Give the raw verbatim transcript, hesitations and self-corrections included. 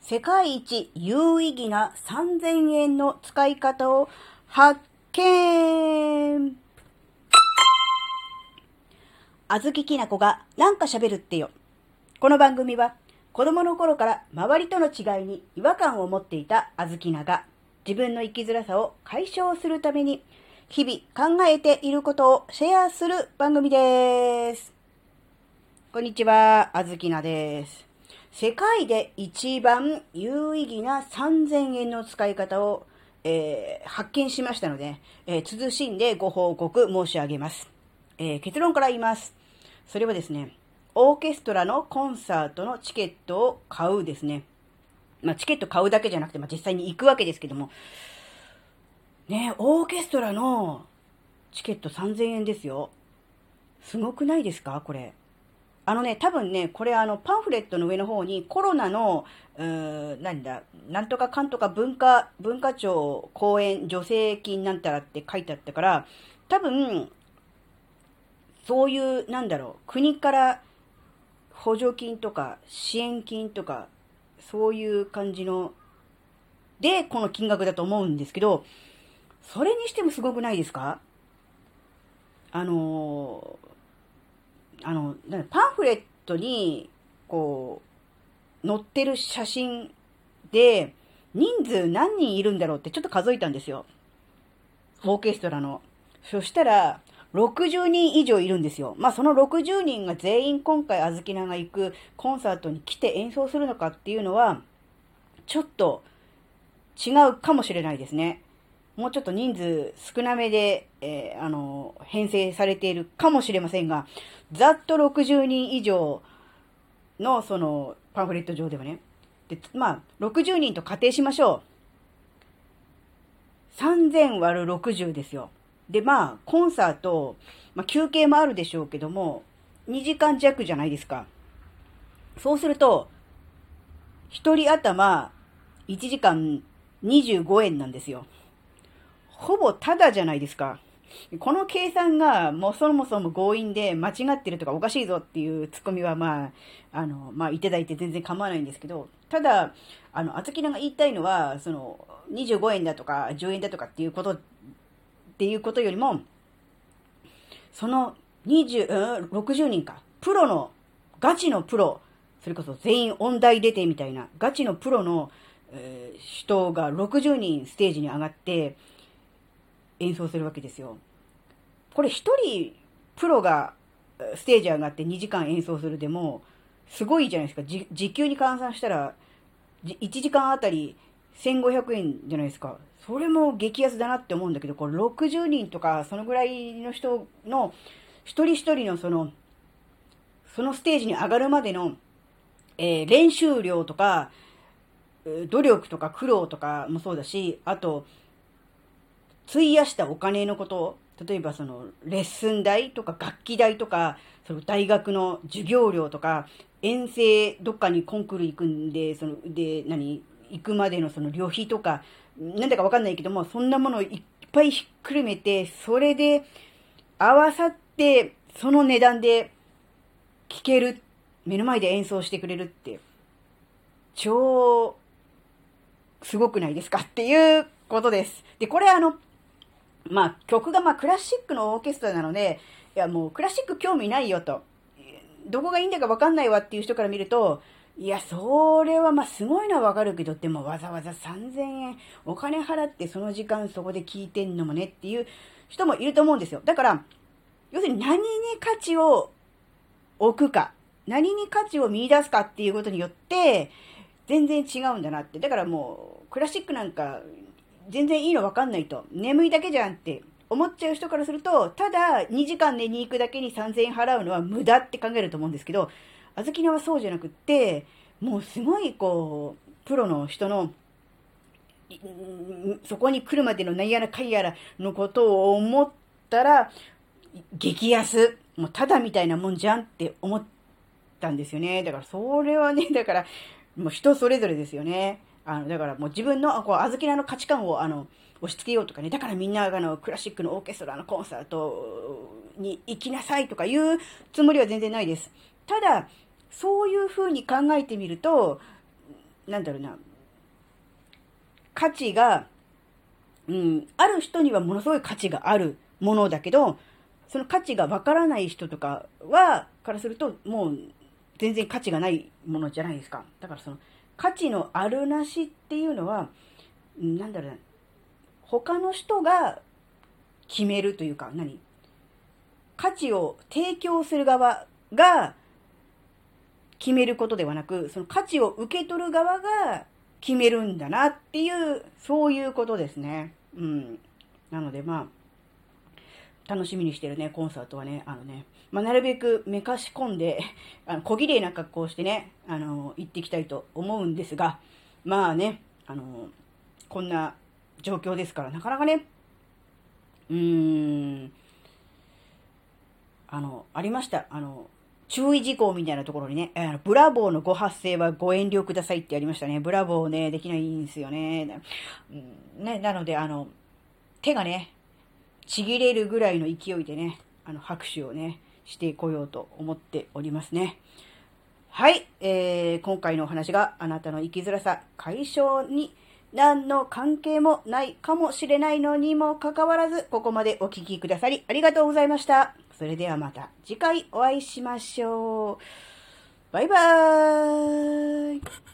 世界一有意義なさんぜんえんの使い方を発見。あずききなこがなんか喋るってよ。この番組は子供の頃から周りとの違いに違和感を持っていたあずきなが自分の生きづらさを解消するために日々考えていることをシェアする番組です。こんにちは、あずきなです。世界で一番有意義なさんぜんえんの使い方を、えー、発見しましたので、えー、謹んでご報告申し上げます。えー、結論から言います。それはですね、オーケストラのコンサートのチケットを買うですね。まあ、チケット買うだけじゃなくて、まあ、実際に行くわけですけども、ね、オーケストラのチケットさんぜんえんですよ。すごくないですかこれ。あのね、多分ね、これあの、パンフレットの上の方にコロナの、うーん、なんだ、なんとかかんとか文化、文化庁公演助成金なんたらって書いてあったから、多分、そういう、なんだろう、国から補助金とか支援金とか、そういう感じの、で、この金額だと思うんですけど、それにしてもすごくないですか？あのー、あの、なんだパンフレットに、こう、載ってる写真で、人数何人いるんだろうってちょっと数えたんですよ。オーケストラの。そしたら、ろくじゅうにん以上いるんですよ。まあそのろくじゅうにんが全員今回あずきなが行くコンサートに来て演奏するのかっていうのは、ちょっと違うかもしれないですね。もうちょっと人数少なめで、えーあの、編成されているかもしれませんが、ざっとろくじゅうにん以上のそのパンフレット上ではね。で、まあ、ろくじゅうにんと仮定しましょう。さんぜん割るろくじゅうですよ。で、まあ、コンサート、まあ、休憩もあるでしょうけども、にじかん弱じゃないですか。そうすると、ひとり頭いちじかんにじゅうごえんなんですよ。ほぼタダじゃないですか。この計算がもうそもそも強引で間違ってるとかおかしいぞっていうツッコミはまあ、あの、まあいただいて全然構わないんですけど、ただ、あの、あつきなが言いたいのは、その、にじゅうごえんだとかじゅうえんだとかっていうこと、っていうことよりも、そのにじゅう、うん、ろくじゅうにんか、プロの、ガチのプロ、それこそ全員音大出てみたいな、ガチのプロの、えー人がろくじゅうにんステージに上がって演奏するわけですよ。これ一人プロがステージ上がってにじかん演奏するでも、すごいじゃないですか。じ時給に換算したら、いちじかんあたりせんごひゃくえんじゃないですか。それも激安だなって思うんだけど、これろくじゅうにんとか、そのぐらいの人の、一人一人のその、そのステージに上がるまでの、えー練習量とか、努力とか苦労とかもそうだし、あと、費やしたお金のことを、例えばそのレッスン代とか楽器代とか、その大学の授業料とか、遠征どっかにコンクール行くんで、その、で、何、行くまでのその旅費とか、なんだかわかんないけども、そんなものをいっぱいひっくるめて、それで合わさって、その値段で聴ける、目の前で演奏してくれるって、超、すごくないですかっていうことです。で、これあの、まあ、曲がまあクラシックのオーケストラなので、いやもうクラシック興味ないよと、どこがいいんだかわかんないわっていう人から見ると、いや、それはまあすごいのはわかるけど、でもわざわざさんぜんえんお金払ってその時間そこで聞いてんのもねっていう人もいると思うんですよ。だから、要するに何に価値を置くか、何に価値を見出すかっていうことによって、全然違うんだなって。だからもう、クラシックなんか全然いいの分かんないと。眠いだけじゃんって思っちゃう人からすると、ただにじかん寝に行くだけにさんぜんえん払うのは無駄って考えると思うんですけど、あずきなはそうじゃなくって、もうすごいこう、プロの人の、そこに来るまでの何やらかんやらのことを思ったら、激安。もうただみたいなもんじゃんって思ったんですよね。だからそれはね、だから、もう人それぞれですよね。あの、だからもう自分の、あこう、あずきなの価値観を、あの、押し付けようとかね。だからみんな、あの、クラシックのオーケストラのコンサートに行きなさいとかいうつもりは全然ないです。ただ、そういう風に考えてみると、 なんだろうな、価値が、うん、ある人にはものすごい価値があるものだけど、その価値がわからない人とかは、からすると、もう全然価値がないものじゃないですか。だからその価値のあるなしっていうのは、なんだろうな、他の人が決めるというか、何価値を提供する側が決めることではなく、その価値を受け取る側が決めるんだなっていう、そういうことですね。うん。なのでまあ、楽しみにしてるね、コンサートはね、あのね、まあ、なるべくめかし込んで、あの、小綺麗な格好をしてね、あの、行っていきたいと思うんですが、まあね、あの、こんな状況ですから、なかなかね、うーん、あの、ありました。あの、注意事項みたいなところにね、あのブラボーのご発声はご遠慮くださいってありましたね。ブラボーね、できないんですよね。うん、ね、なので、あの、手がね、ちぎれるぐらいの勢いでね、あの、拍手をね、してこようと思っておりますね。はい、えー、今回のお話があなたの生きづらさ解消に何の関係もないかもしれないのにもかかわらず、ここまでお聞きくださりありがとうございました。それではまた次回お会いしましょう。バイバーイ。